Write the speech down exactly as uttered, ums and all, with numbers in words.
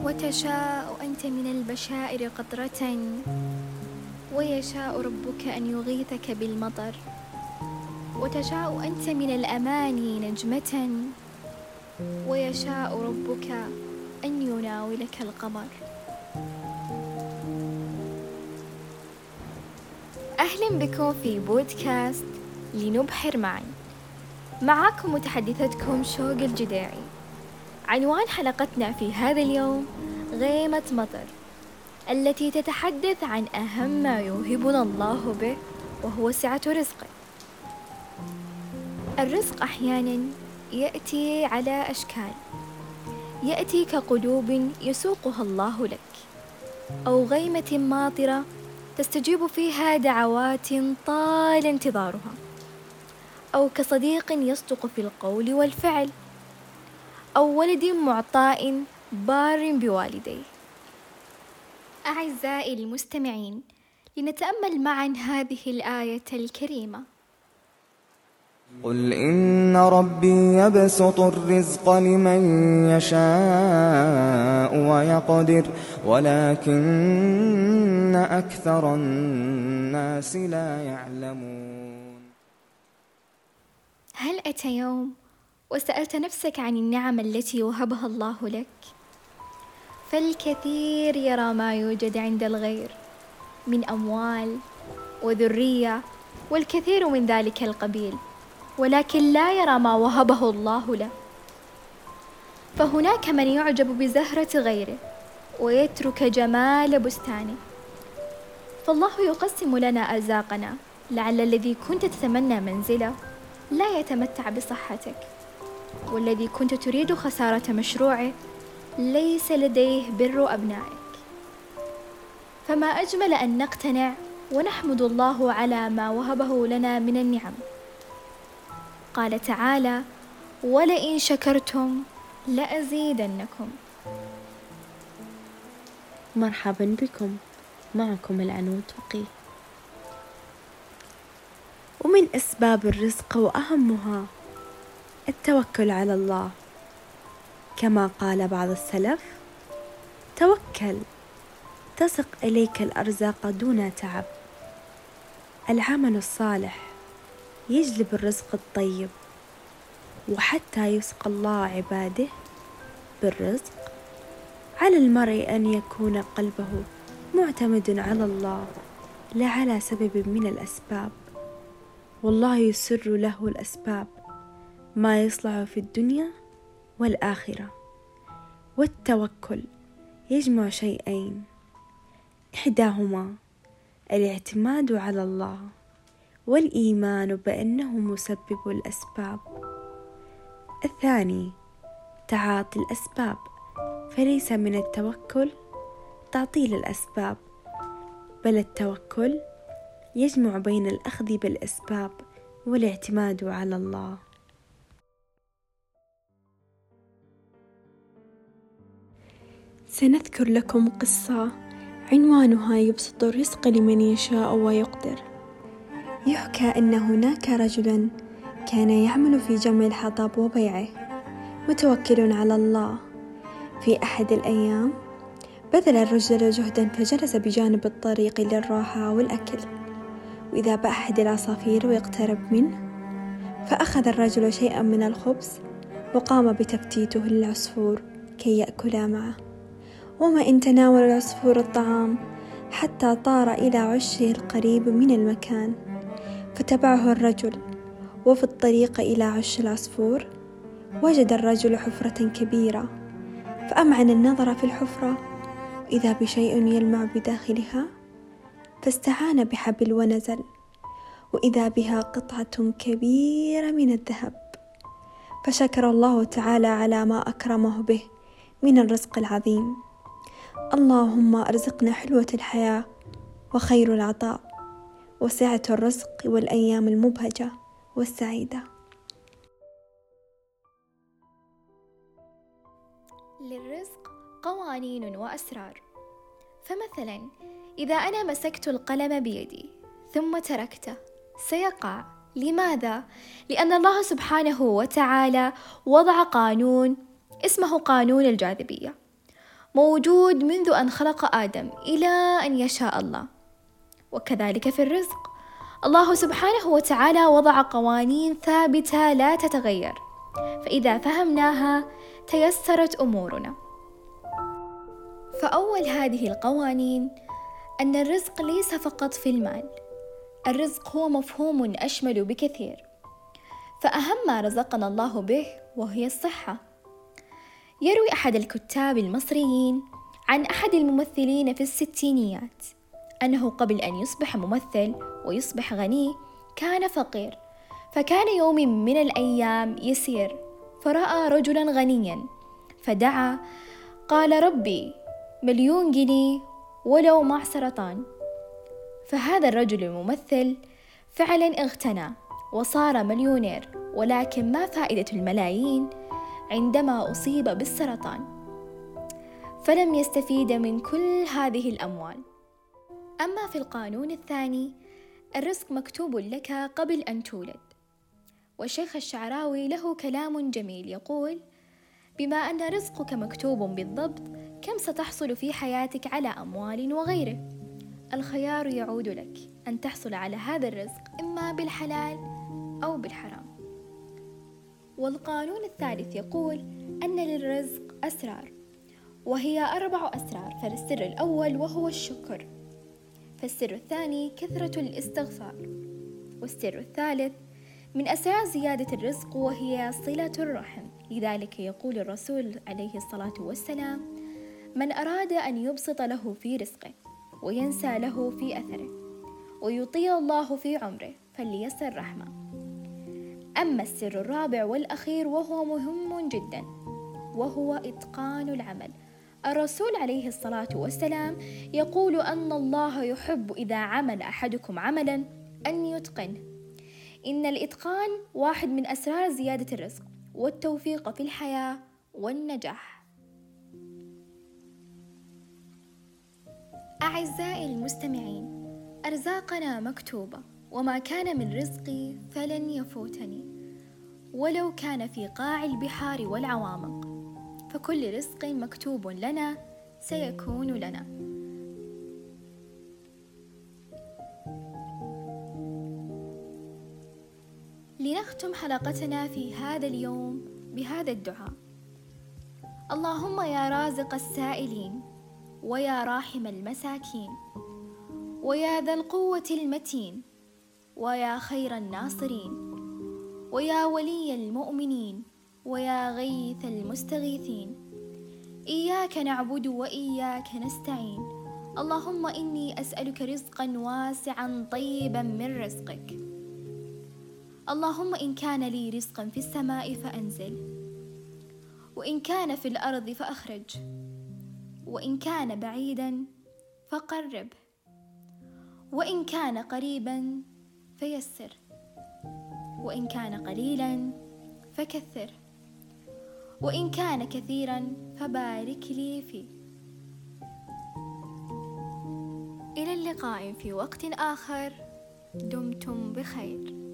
وتشاء أنت من البشائر قطرة، ويشاء ربك أن يغيثك بالمطر، وتشاء أنت من الأماني نجمة، ويشاء ربك أن يناولك القمر. أهلا بكم في بودكاست لنبحر معا، معكم متحدثتكم شوق الجداعي. عنوان حلقتنا في هذا اليوم غيمة مطر، التي تتحدث عن أهم ما يوهبنا الله به، وهو سعة رزقه. الرزق أحيانا يأتي على أشكال، يأتي كقلوب يسوقها الله لك، أو غيمة ماطرة تستجيب فيها دعوات طال انتظارها، أو كصديق يصدق في القول والفعل، أو ولد معطاء بار بوالديه. أعزائي المستمعين، لنتأمل معا هذه الآية الكريمة. قل إن ربي يبسط الرزق لمن يشاء ويقدر ولكن أكثر الناس لا يعلمون. هل أتى يوم وسألت نفسك عن النعم التي وهبها الله لك؟ فالكثير يرى ما يوجد عند الغير من أموال وذرية والكثير من ذلك القبيل، ولكن لا يرى ما وهبه الله له. فهناك من يعجب بزهرة غيره ويترك جمال بستانه. فالله يقسم لنا أرزاقنا، لعل الذي كنت تتمنى منزله لا يتمتع بصحتك، والذي كنت تريد خسارة مشروعه ليس لديه بر أبنائك. فما أجمل أن نقتنع ونحمد الله على ما وهبه لنا من النعم. قال تعالى: ولئن شكرتم لأزيدنكم. مرحبا بكم، معكم العنود فقيه. ومن أسباب الرزق وأهمها التوكل على الله، كما قال بعض السلف: توكل تسق إليك الأرزاق دون تعب. العمل الصالح يجلب الرزق الطيب، وحتى يسقى الله عباده بالرزق على المرء أن يكون قلبه معتمد على الله لا على سبب من الأسباب، والله يسر له الأسباب ما يصلح في الدنيا والآخرة. والتوكل يجمع شيئين، إحداهما الاعتماد على الله، والإيمان بأنه مسبب الأسباب. الثاني تعاطي الأسباب، فليس من التوكل تعطيل الأسباب، بل التوكل يجمع بين الأخذ بالأسباب والاعتماد على الله. سنذكر لكم قصة عنوانها يبسط الرزق لمن يشاء ويقدر. يحكى أن هناك رجلا كان يعمل في جمع الحطب وبيعه، متوكل على الله. في أحد الأيام بذل الرجل جهدا فجلس بجانب الطريق للراحة والأكل، وإذا بأحد العصافير ويقترب منه، فأخذ الرجل شيئا من الخبز وقام بتفتيته للعصفور كي يأكل معه. وما إن تناول العصفور الطعام حتى طار إلى عشه القريب من المكان، فتبعه الرجل. وفي الطريق إلى عش العصفور وجد الرجل حفرة كبيرة، فأمعن النظر في الحفرة، إذا بشيء يلمع بداخلها، فاستعان بحبل ونزل، وإذا بها قطعة كبيرة من الذهب. فشكر الله تعالى على ما أكرمه به من الرزق العظيم. اللهم أرزقنا حلوة الحياة وخير العطاء وسعة الرزق والأيام المبهجة والسعيدة. للرزق قوانين وأسرار. فمثلا إذا أنا مسكت القلم بيدي ثم تركته سيقع. لماذا؟ لأن الله سبحانه وتعالى وضع قانون اسمه قانون الجاذبية، موجود منذ أن خلق آدم إلى أن يشاء الله. وكذلك في الرزق، الله سبحانه وتعالى وضع قوانين ثابتة لا تتغير، فإذا فهمناها تيسرت أمورنا. فأول هذه القوانين أن الرزق ليس فقط في المال، الرزق هو مفهوم أشمل بكثير، فأهم ما رزقنا الله به وهي الصحة. يروي أحد الكتاب المصريين عن أحد الممثلين في الستينيات أنه قبل أن يصبح ممثل ويصبح غني كان فقير، فكان يوم من الأيام يسير فرأى رجلا غنيا فدعا قال: ربي مليون جنيه ولو مع سرطان. فهذا الرجل الممثل فعلا اغتنى وصار مليونير، ولكن ما فائدة الملايين عندما أصيب بالسرطان؟ فلم يستفيد من كل هذه الأموال. أما في القانون الثاني، الرزق مكتوب لك قبل أن تولد. والشيخ الشعراوي له كلام جميل يقول: بما أن رزقك مكتوب بالضبط، كم ستحصل في حياتك على أموال وغيره؟ الخيار يعود لك أن تحصل على هذا الرزق إما بالحلال أو بالحرام. والقانون الثالث يقول أن للرزق أسرار، وهي أربع أسرار. فالسر الأول وهو الشكر، فالسر الثاني كثرة الاستغفار، والسر الثالث من أسرار زيادة الرزق وهي صلة الرحم. لذلك يقول الرسول عليه الصلاة والسلام: من أراد أن يبسط له في رزقه وينسى له في أثره ويطيل الله في عمره فليصل رحمه. أما السر الرابع والأخير وهو مهم جدا، وهو إتقان العمل. الرسول عليه الصلاة والسلام يقول أن الله يحب إذا عمل أحدكم عملا أن يتقنه. إن الإتقان واحد من أسرار زيادة الرزق والتوفيق في الحياة والنجاح. أعزائي المستمعين، أرزاقنا مكتوبة، وما كان من رزقي فلن يفوتني ولو كان في قاع البحار والعوامق، فكل رزق مكتوب لنا سيكون لنا. لنختم حلقتنا في هذا اليوم بهذا الدعاء: اللهم يا رازق السائلين، ويا راحم المساكين، ويا ذا القوة المتين، ويا خير الناصرين، ويا ولي المؤمنين، ويا غيث المستغيثين، إياك نعبد وإياك نستعين. اللهم إني أسألك رزقا واسعا طيبا من رزقك. اللهم إن كان لي رزقا في السماء فأنزل، وإن كان في الأرض فأخرج، وإن كان بعيدا فقرب، وإن كان قريبا فيسر، وإن كان قليلا فكثر، وإن كان كثيرا فبارك لي فيه. إلى اللقاء في وقت آخر، دمتم بخير.